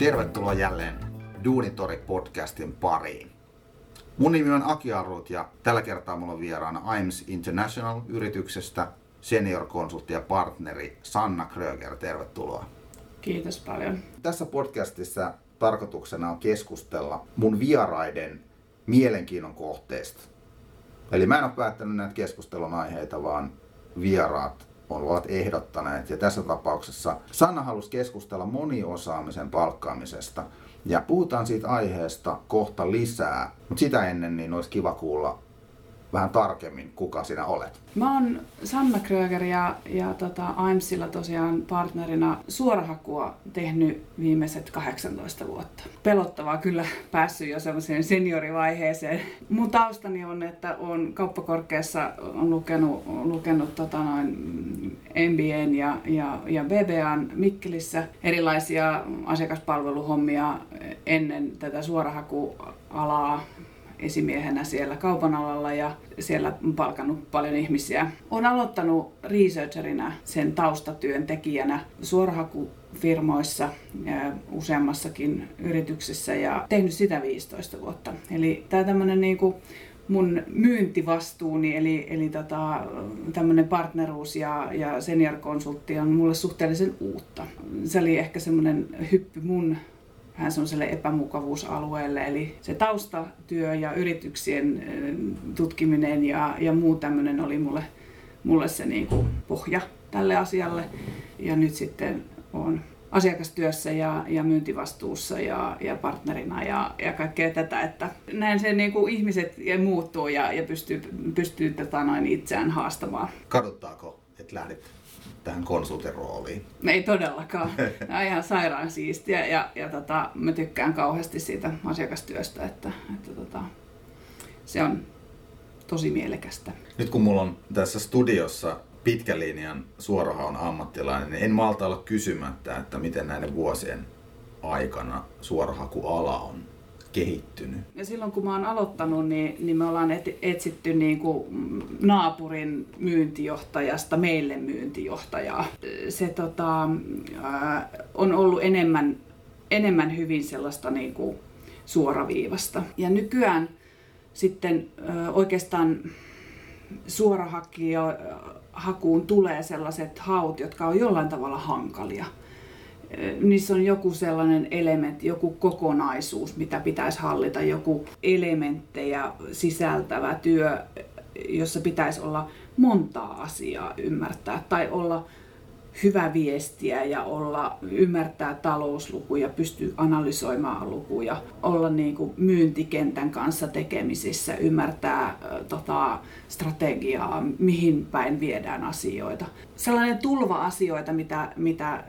Tervetuloa jälleen Duunitori-podcastin pariin. Mun nimi on Aki Arrut ja tällä kertaa mulla on vieraana IMS International-yrityksestä senior-konsultti ja partneri Sanna Kröger. Tervetuloa. Kiitos paljon. Tässä podcastissa tarkoituksena on keskustella mun vieraiden mielenkiinnon kohteista. Eli mä en ole päättänyt näitä keskustelun aiheita, vaan vieraat ovat ehdottaneet. Ja tässä tapauksessa Sanna halusi keskustella moniosaamisen palkkaamisesta. Ja puhutaan siitä aiheesta kohta lisää, mutta sitä ennen niin olisi kiva kuulla vähän tarkemmin, kuka sinä olet. Mä oon Sanna Kröger ja IMSilla tosiaan partnerina suorahakua tehnyt viimeiset 18 vuotta. Pelottavaa kyllä päässyt jo semmoiseen seniorivaiheeseen. Mun taustani on, että olen kauppakorkeassa lukenut MBA:n ja BBA:n Mikkelissä erilaisia asiakaspalveluhommia ennen tätä suorahakualaa. Esimiehenä siellä kaupan alalla ja siellä palkannut paljon ihmisiä. Olen aloittanut researcherina sen taustatyöntekijänä suorahakufirmoissa useammassakin yrityksessä ja tehnyt sitä 15 vuotta. Eli tämä tämmöinen niinku mun myyntivastuuni, eli tämmöinen partneruus ja senior-konsultti on mulle suhteellisen uutta. Se oli ehkä semmoinen hyppy mun vähän semmoiselle epämukavuusalueelle, eli se taustatyö ja yrityksien tutkiminen ja muu tämmöinen oli mulle se niinku pohja tälle asialle. Ja nyt sitten olen asiakastyössä ja myyntivastuussa ja partnerina ja kaikkea tätä, että näin se niinku ihmiset muuttuu ja pystyy itseään haastamaan. Kaduttaako, että lähdit tähän konsultin rooliin? Ei todellakaan. Tämä on ihan sairaan siistiä ja mä tykkään kauheasti siitä asiakastyöstä, että se on tosi mielekästä. Nyt kun mulla on tässä studiossa pitkän linjan suorahaun ammattilainen, niin en malta olla kysymättä, että miten näiden vuosien aikana suorahakuala on kehittynyt. Ja silloin kun mä oon aloittanut, niin me ollaan etsitty niinku naapurin myyntijohtajasta meille myyntijohtajaa. Se on ollut enemmän hyvin sellaista niinku suoraviivasta. Ja nykyään sitten oikeastaan suorahakuun tulee sellaiset haut, jotka on jollain tavalla hankalia. Niissä on joku sellainen elementti, joku kokonaisuus, mitä pitäisi hallita, joku elementtejä sisältävä työ, jossa pitäisi olla montaa asiaa ymmärtää tai olla hyvä viestiä ja ymmärtää talouslukuja, pystyy analysoimaan lukuja, olla niin kuin myyntikentän kanssa tekemisissä, ymmärtää strategiaa, mihin päin viedään asioita. Sellainen tulva asioita, mitä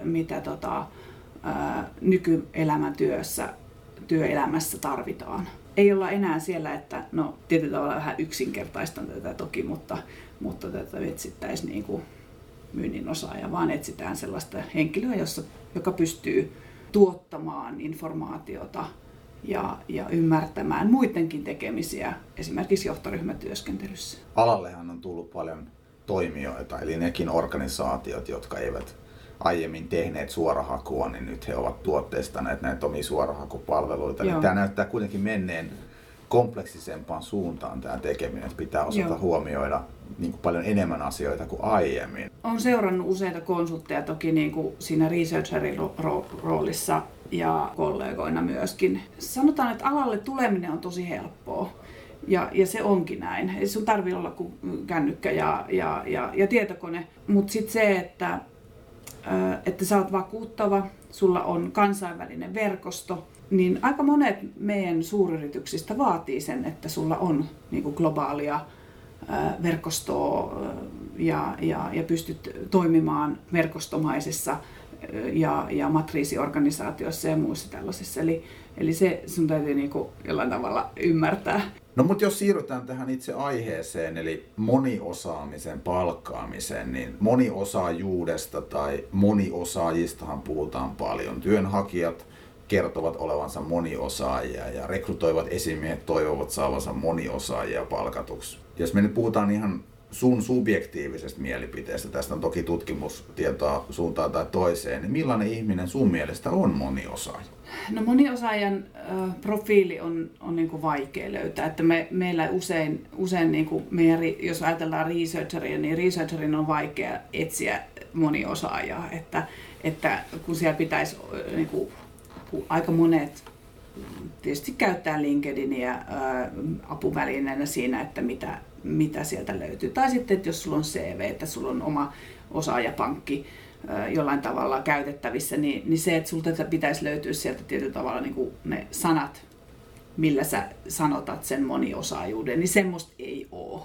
nykyelämän työelämässä tarvitaan. Ei olla enää siellä, että tietyllä tavalla vähän yksinkertaistan tätä toki, mutta tätä etsittäisiin niin kuin myynnin osaaja, vaan etsitään sellaista henkilöä, joka pystyy tuottamaan informaatiota ja ymmärtämään muidenkin tekemisiä, esimerkiksi johtoryhmätyöskentelyssä. Alallehan on tullut paljon toimijoita, eli nekin organisaatiot, jotka eivät aiemmin tehneet suorahakua, niin nyt he ovat tuotteistaneet näitä omia suorahakupalveluita. Eli tämä näyttää kuitenkin menneen kompleksisempaan suuntaan tämä tekeminen, että pitää osata huomioida niin kuin paljon enemmän asioita kuin aiemmin. Olen seurannut useita konsultteja toki niin kuin siinä researcherin roolissa ja kollegoina myöskin. Sanotaan, että alalle tuleminen on tosi helppoa. Ja se onkin näin. Ei sun tarvitse olla kuin kännykkä ja tietokone. Mutta sitten se, että sä oot vakuuttava, sulla on kansainvälinen verkosto, niin aika monet meidän suuryrityksistä vaatii sen, että sulla on niin kuin globaalia verkostoa ja pystyt toimimaan verkostomaisessa ja matriisiorganisaatioissa ja muissa tällaisissa. Eli se sun täytyy niin kuin jollain tavalla ymmärtää. No mutta jos siirrytään tähän itse aiheeseen, eli moniosaamisen palkkaamiseen, niin moniosaajuudesta tai moniosaajistahan puhutaan paljon. Työnhakijat kertovat olevansa moniosaajia ja rekrytoivat esimiehet toivovat saavansa moniosaajia palkatuksi. Jos me nyt puhutaan ihan sun subjektiivisesta mielipiteestä, tästä on toki tutkimustietoa suuntaan tai toiseen, niin millainen ihminen sun mielestä on moniosaaja? No moniosaajan profiili on niin kuin vaikea löytää, että meillä usein niin kuin jos ajatellaan researcheria, niin researcherin on vaikea etsiä moniosaajaa, että kun siellä pitäisi niin kuin, aika monet tietysti käyttää LinkedInia apuvälineenä siinä, että mitä sieltä löytyy. Tai sitten, että jos sulla on CV, että sulla on oma osaajapankki jollain tavalla käytettävissä, niin se, että sulta pitäisi löytyä sieltä tietyllä tavalla niin kuin ne sanat, millä sä sanotat sen moniosaajuuden, niin semmoista ei ole.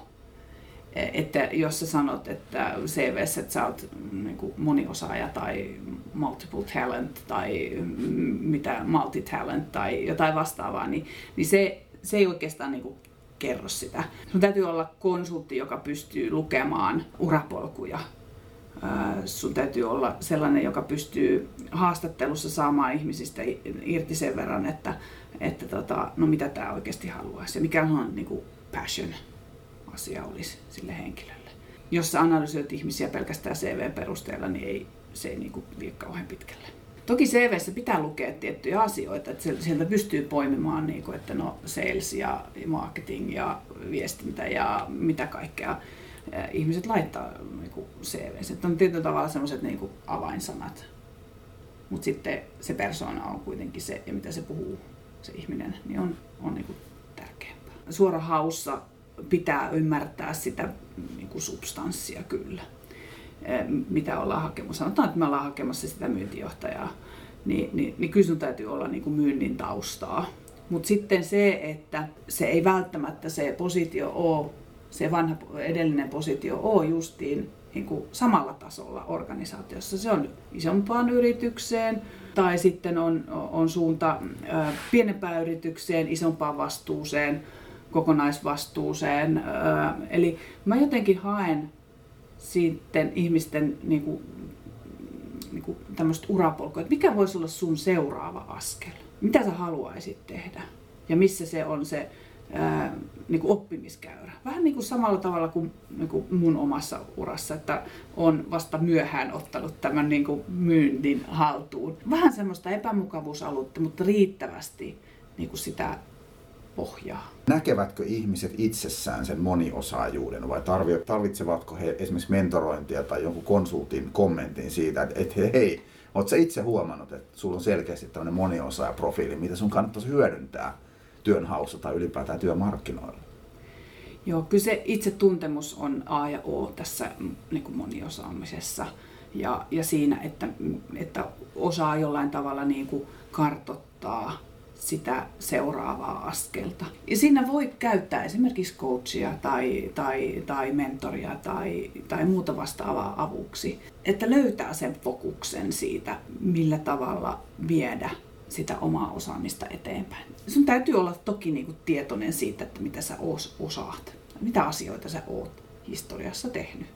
Että jos sä sanot, että CV:ssä, että sä oot niin kuin moniosaaja tai multiple talent tai mitä multitalent tai jotain vastaavaa, niin se ei oikeastaan niin kuin kerro sitä. Sun täytyy olla konsultti, joka pystyy lukemaan urapolkuja. Sun täytyy olla sellainen, joka pystyy haastattelussa saamaan ihmisistä irti sen verran, että no mitä tää oikeasti haluaisi ja mikä on niin kuin passion asia olisi sille henkilölle. Jos sä analysoit ihmisiä pelkästään CV-perusteella, niin se ei niin kuin vie kauhean pitkälle. Toki CV:ssä pitää lukea tiettyjä asioita, että sieltä pystyy poimimaan, niin kuin, että no sales ja marketing ja viestintä ja mitä kaikkea ihmiset laittaa niin kuin CV:ssä. Että on tietyllä tavalla sellaiset niin kuin avainsanat, mutta sitten se persoona on kuitenkin se, ja mitä se puhuu, se ihminen, niin on niin kuin tärkeämpää. Suorahaussa pitää ymmärtää sitä niin kuin substanssia kyllä, mitä ollaan hakemassa. Sanotaan, että me ollaan hakemassa sitä myyntijohtajaa, niin kyllä sun täytyy olla niin kuin myynnin taustaa. Mutta sitten se, että se ei välttämättä se positio ole, se vanha edellinen positio ole justiin niin kuin samalla tasolla organisaatiossa. Se on isompaan yritykseen tai sitten on suunta pienempään yritykseen, isompaan vastuuseen, kokonaisvastuuseen. Eli mä jotenkin haen sitten ihmisten niin kuin tämmöistä urapolkua, että mikä voisi olla sun seuraava askel? Mitä sä haluaisit tehdä? Ja missä se on se niin kuin oppimiskäyrä? Vähän niin kuin samalla tavalla kuin mun omassa urassa, että on vasta myöhään ottanut tämän niin kuin myynnin haltuun. Vähän semmoista epämukavuusaluetta, mutta riittävästi niin kuin sitä pohjaa. Näkevätkö ihmiset itsessään sen moniosaajuuden vai tarvitsevatko he esimerkiksi mentorointia tai jonkun konsultin kommentin siitä, että hei, ootko sä itse huomannut, että sulla on selkeästi tämmöinen moniosaajaprofiili, mitä sun kannattaisi hyödyntää työnhaussa tai ylipäätään työmarkkinoilla? Joo, kyllä se itsetuntemus on A ja O tässä niin kuin moniosaamisessa ja siinä, että osaa jollain tavalla niin kuin kartoittaa sitä seuraavaa askelta. Ja siinä voi käyttää esimerkiksi coachia tai mentoria tai muuta vastaavaa avuksi, että löytää sen fokuksen siitä, millä tavalla viedä sitä omaa osaamista eteenpäin. Sun täytyy olla toki niin kuin tietoinen siitä, että mitä sä osaat, mitä asioita sä oot historiassa tehnyt.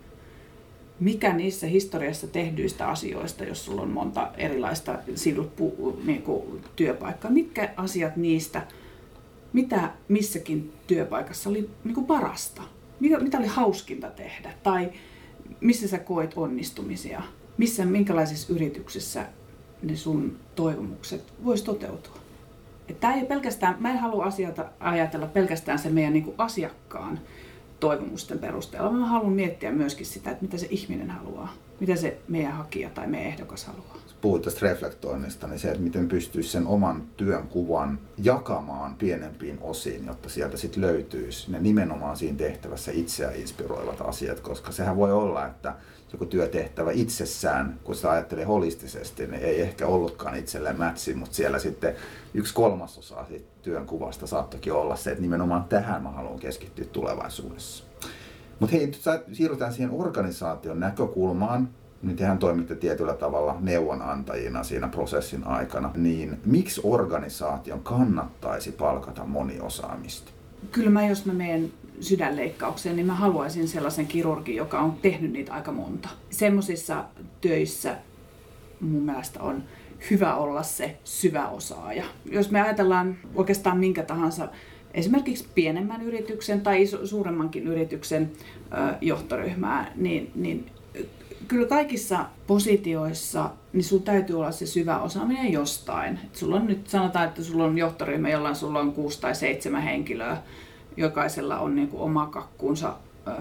Mikä niissä historiassa tehdyistä asioista, jos sulla on monta erilaista niin työpaikkaa, mitkä asiat niistä, mitä missäkin työpaikassa oli niin kuin parasta, mitä oli hauskinta tehdä tai missä sä koet onnistumisia, minkälaisissa yrityksissä ne sun toivomukset vois toteutua. Että ei pelkästään, mä en halua ajatella pelkästään se meidän niin kuin asiakkaan toivomusten perusteella. Mä haluan miettiä myöskin sitä, että mitä se ihminen haluaa, mitä se meidän hakija tai meidän ehdokas haluaa. Puhuit tästä reflektoinnista, niin se, että miten pystyisi sen oman työn kuvan jakamaan pienempiin osiin, jotta sieltä sitten löytyisi ne nimenomaan siinä tehtävässä itseä inspiroivat asiat, koska sehän voi olla, että joku työtehtävä itsessään, kun sitä ajattelee holistisesti, niin ei ehkä ollutkaan itselleen mätsi, mutta siellä sitten 1/3 siitä työn kuvasta saattokin olla se, että nimenomaan tähän mä haluan keskittyä tulevaisuudessa. Mutta hei, nyt siirrytään siihen organisaation näkökulmaan. Niin tehän toimitte tietyllä tavalla neuvonantajina siinä prosessin aikana. Niin miksi organisaation kannattaisi palkata moniosaamista? Kyllä jos mä menen sydänleikkaukseen, niin mä haluaisin sellaisen kirurgin, joka on tehnyt niitä aika monta. Semmoisissa töissä mun mielestä on hyvä olla se syvä osaaja. Jos me ajatellaan oikeastaan minkä tahansa esimerkiksi pienemmän yrityksen tai suuremmankin yrityksen johtoryhmää, niin kyllä kaikissa positioissa niin sun täytyy olla se syvä osaaminen jostain. Et sulla on nyt, sanotaan, että sulla on johtoryhmä, jolla sulla on 6 tai 7 henkilöä. Jokaisella on niin kuin oma kakkunsa,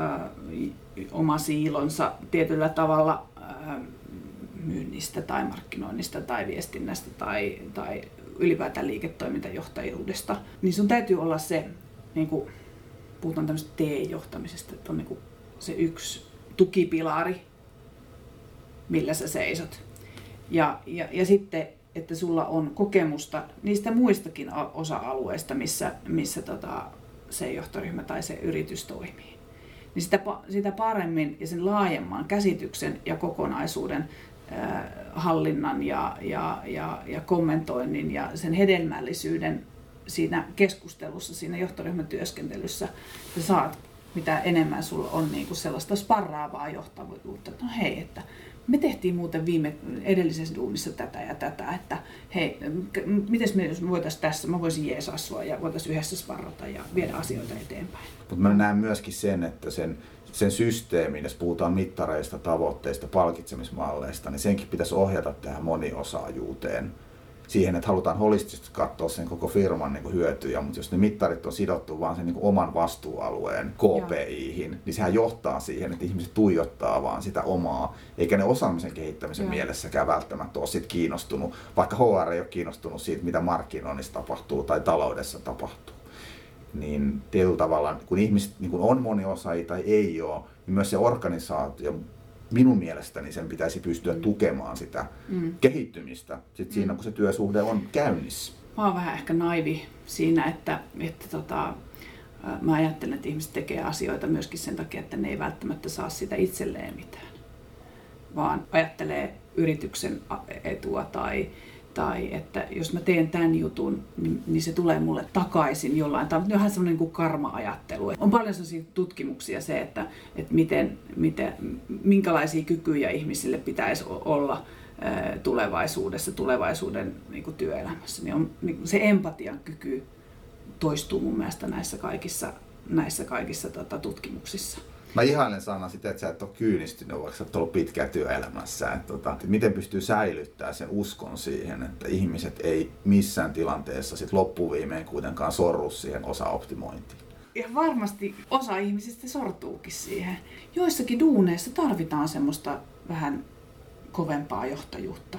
oma siilonsa tietyllä tavalla myynnistä tai markkinoinnista tai viestinnästä tai ylipäätään liiketoimintajohtajuudesta. Niin sun täytyy olla se, niin kuin puhutaan tämmöistä T-johtamisesta, että on niin kuin se yksi tukipilari, millä sä seisot. Ja sitten, että sulla on kokemusta niistä muistakin osa-alueista, missä se johtoryhmä tai se yritys toimii. Niin sitä paremmin ja sen laajemman käsityksen ja kokonaisuuden hallinnan ja kommentoinnin ja sen hedelmällisyyden siinä keskustelussa, siinä johtoryhmän työskentelyssä sä saat, mitä enemmän sulla on niinku sellaista sparraavaa johtavuutta. No hei, että me tehtiin muuten edellisessä duunissa tätä ja tätä, että hei, miten me voitaisiin tässä, mä voisin jeesaa sua ja voitaisiin yhdessä sparrata ja viedä asioita eteenpäin. Mutta mä näen myöskin sen, että sen systeemin, jos puhutaan mittareista, tavoitteista, palkitsemismalleista, niin senkin pitäisi ohjata tähän moniosaajuuteen. Siihen, että halutaan holistisesti katsoa sen koko firman niin kuin hyötyjä, mutta jos ne mittarit on sidottu vaan sen niin kuin oman vastuualueen KPI:hin, niin sehän johtaa siihen, että ihmiset tuijottaa vaan sitä omaa, eikä ne osaamisen kehittämisen mielessäkään välttämättä ole siitä kiinnostunut, vaikka HR ei ole kiinnostunut siitä, mitä markkinoinnissa tapahtuu tai taloudessa tapahtuu. Niin tietyllä tavalla, kun ihmiset niin kun on moniosaajia tai ei ole, niin myös se organisaatio, minun mielestäni sen pitäisi pystyä tukemaan sitä kehittymistä sit siinä, kun se työsuhde on käynnissä. Mä oon vähän ehkä naivi siinä, että mä ajattelen, että ihmiset tekee asioita myöskin sen takia, että ne ei välttämättä saa sitä itselleen mitään, vaan ajattelee yrityksen etua tai että jos mä teen tämän jutun, niin se tulee mulle takaisin jollain tavalla. Vähän semmoinen kuin karma-ajattelu. On paljon sellaisia tutkimuksia se, että minkälaisia kykyjä ihmisille pitäisi olla tulevaisuuden niin kuin työelämässä. Niin se empatian kyky toistuu mun mielestä näissä kaikissa tutkimuksissa. Mä ihailen Sanna sitä, että sä et ole kyynistynyt, vaikka sä oot ollut pitkään työelämässä. Että miten pystyy säilyttämään sen uskon siihen, että ihmiset ei missään tilanteessa sit loppuviimein kuitenkaan sorru siihen osaoptimointiin. Ja varmasti osa ihmisistä sortuukin siihen. Joissakin duuneissa tarvitaan semmoista vähän kovempaa johtajuutta.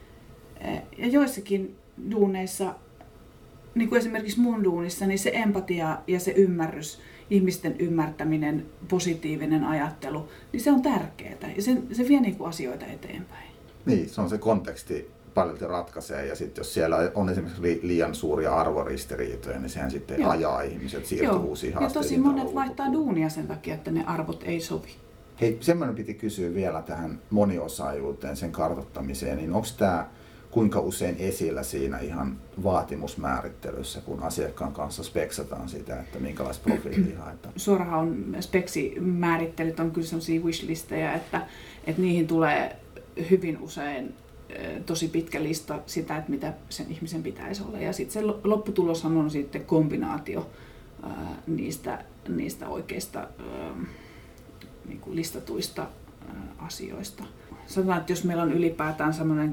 Ja joissakin duuneissa, niin kuin esimerkiksi mun duunissa, niin se empatia ja se ymmärrys, ihmisten ymmärtäminen, positiivinen ajattelu, niin se on tärkeää ja se vie niinku asioita eteenpäin. Niin, se on se konteksti paljon ratkaisee ja sitten jos siellä on esimerkiksi liian suuria arvoristiriitoja, niin sehän sitten ajaa ihmiset siirtyy uusiin haasteisiin. Ja tosi monet vaihtaa duunia sen takia, että ne arvot ei sovi. Hei, semmoinen piti kysyä vielä tähän moniosaajuuteen, sen kartoittamiseen, niin onko tämä kuinka usein esillä siinä ihan vaatimusmäärittelyssä, kun asiakkaan kanssa speksataan sitä, että minkälaista profiilia haetaan? Suoraan on speksimäärittelyt on kyllä sellaisia wishlisteja, että niihin tulee hyvin usein tosi pitkä lista sitä, että mitä sen ihmisen pitäisi olla. Ja sitten se lopputuloshan on sitten kombinaatio niistä oikeista niin kuin listatuista asioista. Sanotaan, että jos meillä on ylipäätään semmoinen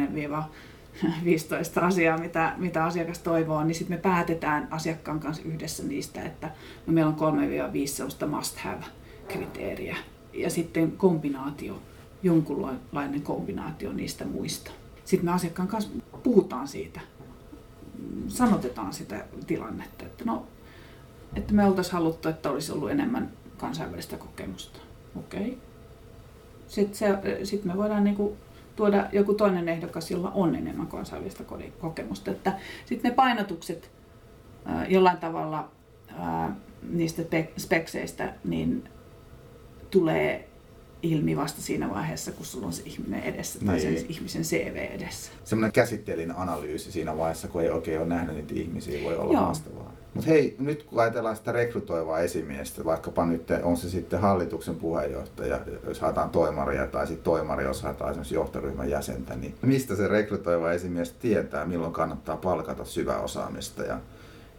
10-15 asiaa, mitä asiakas toivoo, niin sitten me päätetään asiakkaan kanssa yhdessä niistä, että no meillä on 3-5 sellaista must-have-kriteeriä. Ja sitten kombinaatio, jonkunlainen kombinaatio niistä muista. Sitten me asiakkaan kanssa puhutaan siitä, sanotetaan sitä tilannetta, että me oltaisiin haluttu, että olisi ollut enemmän kansainvälistä kokemusta. Okei. Sitten me voidaan niinku tuoda joku toinen ehdokas, jolla on enemmän kansainvälistä kokemusta. Sitten ne painotukset jollain tavalla niistä spekseistä niin tulee ilmi vasta siinä vaiheessa, kun sulla on se ihminen edessä tai sen ihmisen CV edessä. Semmoinen käsitteellinen analyysi siinä vaiheessa, kun ei oikein ole nähnyt niitä ihmisiä, voi olla haastavaa. Mutta hei, nyt kun ajatellaan sitä rekrytoivaa esimiestä, vaikkapa nyt on se sitten hallituksen puheenjohtaja, jos haetaan toimaria, tai sitten toimari, jos haetaan esimerkiksi johtoryhmän jäsentä, niin mistä se rekrytoiva esimies tietää, milloin kannattaa palkata syväosaamista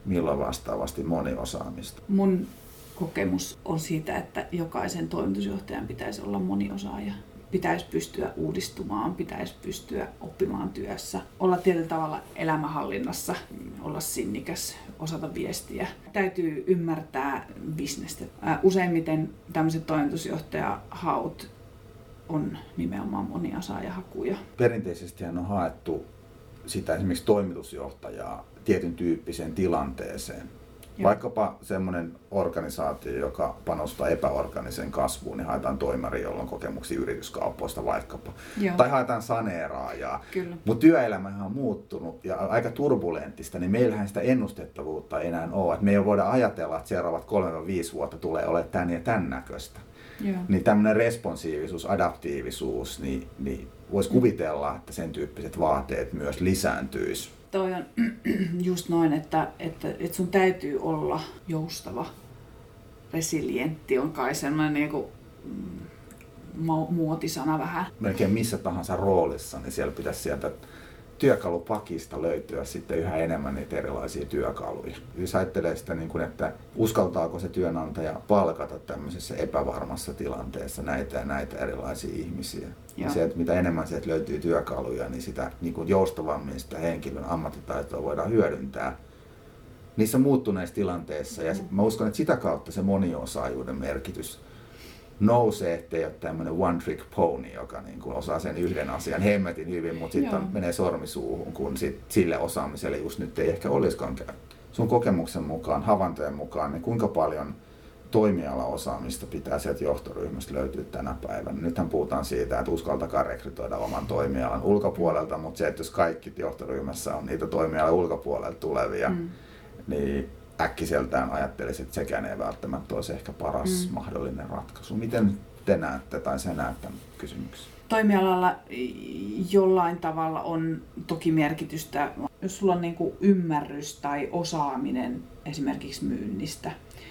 milloin vastaavasti moniosaamista? Mun kokemus on siitä, että jokaisen toimitusjohtajan pitäisi olla moniosaaja. Pitäisi pystyä uudistumaan, pitäisi pystyä oppimaan työssä, olla tietyllä tavalla elämänhallinnassa, olla sinnikäs, osata viestiä. Täytyy ymmärtää bisnestä. Useimmiten tämmöiset toimitusjohtajahaut on nimenomaan moniosaajahakuja. Perinteisesti on haettu sitä esimerkiksi toimitusjohtajaa tietyn tyyppiseen tilanteeseen. Joo. Vaikkapa semmoinen organisaatio, joka panostaa epäorganiseen kasvuun, niin haetaan toimari, jolla on kokemuksia yrityskaupoista vaikkapa. Joo. Tai haetaan saneeraajaa. Mutta työelämähän on muuttunut ja aika turbulenttista, niin meillähän sitä ennustettavuutta ei enää ole. Et me ei voida ajatella, että seuraavat 3-5 vuotta tulee olemaan tän ja tän näköistä. Joo. Niin tämmöinen responsiivisuus, adaptiivisuus, niin voisi kuvitella, että sen tyyppiset vaateet myös lisääntyisi. Toi on just noin, että sun täytyy olla joustava, resilientti on kai sellainen niinku, muotisana vähän. Melkein missä tahansa roolissa, niin siellä pitäisi sieltä työkalupakista löytyä sitten yhä enemmän niitä erilaisia työkaluja. Jos ajattelee sitä, niin kuin, että uskaltaako se työnantaja palkata tämmöisessä epävarmassa tilanteessa näitä ja näitä erilaisia ihmisiä. Ja se, että mitä enemmän sieltä löytyy työkaluja, niin sitä niin kuin joustavammin sitä henkilön ammattitaitoa voidaan hyödyntää niissä muuttuneissa tilanteissa. Ja mä uskon, että sitä kautta se moniosaajuuden merkitys nousee, ettei ole tämmöinen one trick pony, joka niin kuin osaa sen yhden asian hemmetin hyvin, mutta sitten menee sormisuuhun, kun sille osaamiselle just nyt ei ehkä olisikaan käynyt. Sun kokemuksen mukaan, havaintojen mukaan, niin kuinka paljon toimialaosaamista pitää sieltä johtoryhmästä löytyä tänä päivänä? Nythän puhutaan siitä, että uskaltakaa rekrytoida oman toimialan ulkopuolelta, mutta se, että jos kaikki johtoryhmässä on niitä toimialan ulkopuolelta tulevia, niin äkkiseltään ajattelisin, että sekään ei välttämättä olisi ehkä paras mahdollinen ratkaisu. Miten te näette tai sä näet tämän kysymyksen? Toimialalla jollain tavalla on toki merkitystä. Jos sulla on niin kuin ymmärrys tai osaaminen esimerkiksi myynnistä,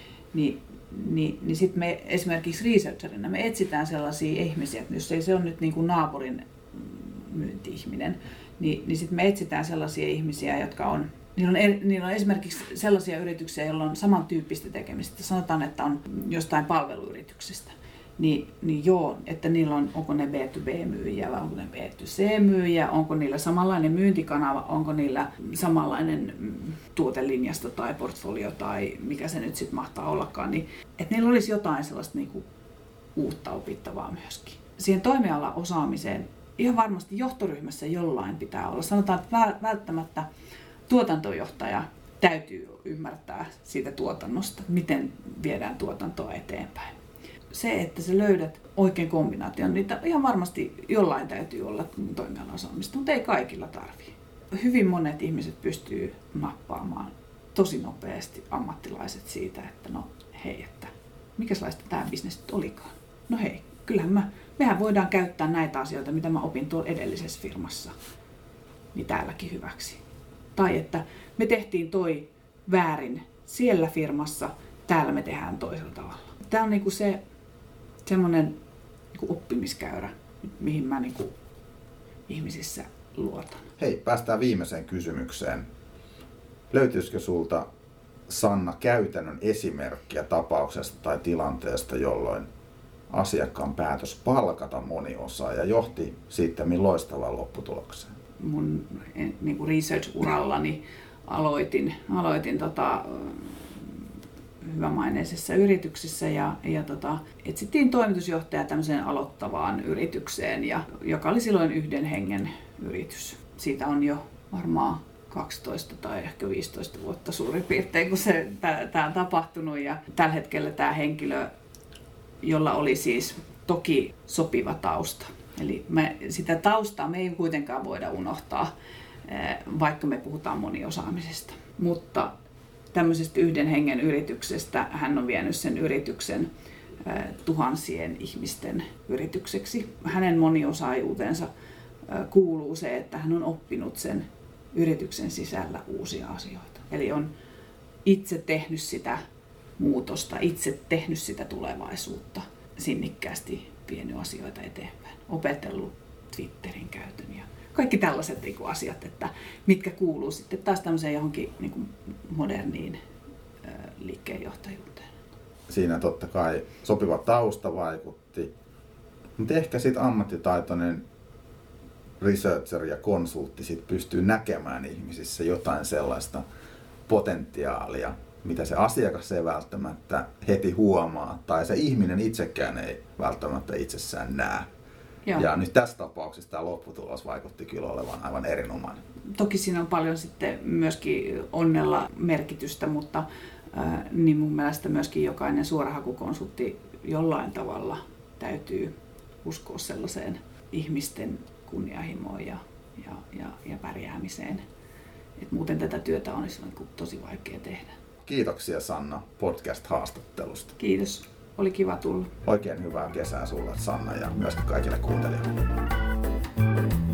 niin sitten me esimerkiksi researcherina me etsitään sellaisia ihmisiä, että jos ei se ole nyt niin kuin naapurin myynti-ihminen, niin sitten me etsitään sellaisia ihmisiä, jotka on Niillä on esimerkiksi sellaisia yrityksiä, joilla on samantyyppistä tekemistä. Sanotaan, että on jostain palveluyrityksestä. Niin joo, että niillä onko ne B2B-myyjiä vai onko ne B2C-myyjiä, onko niillä samanlainen myyntikanava, onko niillä samanlainen tuotelinjasto tai portfolio tai mikä se nyt sitten mahtaa ollakaan. Niin, että niillä olisi jotain sellaista niinku uutta opittavaa myöskin. Siihen toimialaosaamiseen ihan varmasti johtoryhmässä jollain pitää olla. Sanotaan, että välttämättä tuotantojohtaja täytyy ymmärtää siitä tuotannosta, miten viedään tuotantoa eteenpäin. Se, että sä löydät oikein kombinaation, niin ihan varmasti jollain täytyy olla toimialaosaamista, mutta ei kaikilla tarvitse. Hyvin monet ihmiset pystyy nappaamaan tosi nopeasti ammattilaiset siitä, että no hei, että mikäslaista tämä bisnes nyt olikaan. No hei, kyllähän mehän voidaan käyttää näitä asioita, mitä mä opin tuolla edellisessä firmassa, niin täälläkin hyväksi. Tai että me tehtiin toi väärin siellä firmassa, täällä me tehdään toisella tavalla. Tämä on niinku semmoinen niinku oppimiskäyrä, mihin mä niinku ihmisissä luotan. Hei, päästään viimeiseen kysymykseen. Löytyisikö sulta, Sanna, käytännön esimerkkiä tapauksesta tai tilanteesta, jolloin asiakkaan päätös palkata moniosaaja johti sitten loistavaan lopputulokseen? Mun niin research-urallani aloitin hyvämaineisessa yrityksessä ja etsittiin toimitusjohtaja tämmöiseen aloittavaan yritykseen, joka oli silloin 1 hengen yritys. Siitä on jo varmaan 12 tai ehkä 15 vuotta suurin piirtein, kun tämä on tapahtunut. Ja tällä hetkellä tämä henkilö, jolla oli siis toki sopiva tausta. Eli sitä taustaa me ei kuitenkaan voida unohtaa, vaikka me puhutaan moniosaamisesta. Mutta tämmöisestä 1 hengen yrityksestä hän on vienyt sen yrityksen tuhansien ihmisten yritykseksi. Hänen moniosaajuutensa kuuluu se, että hän on oppinut sen yrityksen sisällä uusia asioita. Eli on itse tehnyt sitä muutosta, itse tehnyt sitä tulevaisuutta, sinnikkäästi vienyt asioita eteenpäin, opetellut Twitterin käytön ja Kaikki tällaiset niin kuin asiat, että mitkä kuuluu sitten taas tämmöiseen johonkin niin kuin moderniin liikkeenjohtajuuteen. Siinä totta kai sopiva tausta vaikutti, mutta ehkä sitten ammattitaitoinen researcher ja konsultti sit pystyy näkemään ihmisissä jotain sellaista potentiaalia, mitä se asiakas ei välttämättä heti huomaa, tai se ihminen itsekään ei välttämättä itsessään näe. Joo. Ja nyt tässä tapauksessa tämä lopputulos vaikutti kyllä olevan aivan erinomainen. Toki siinä on paljon sitten myöskin onnella merkitystä, mutta niin mun mielestä myöskin jokainen suorahakukonsultti jollain tavalla täytyy uskoa sellaiseen ihmisten kunnianhimoon ja pärjäämiseen. Et muuten tätä työtä on tosi vaikea tehdä. Kiitoksia Sanna podcast-haastattelusta. Kiitos. Oli kiva tulla. Oikein hyvää kesää sulle Sanna ja myöskin kaikille kuuntelijoille.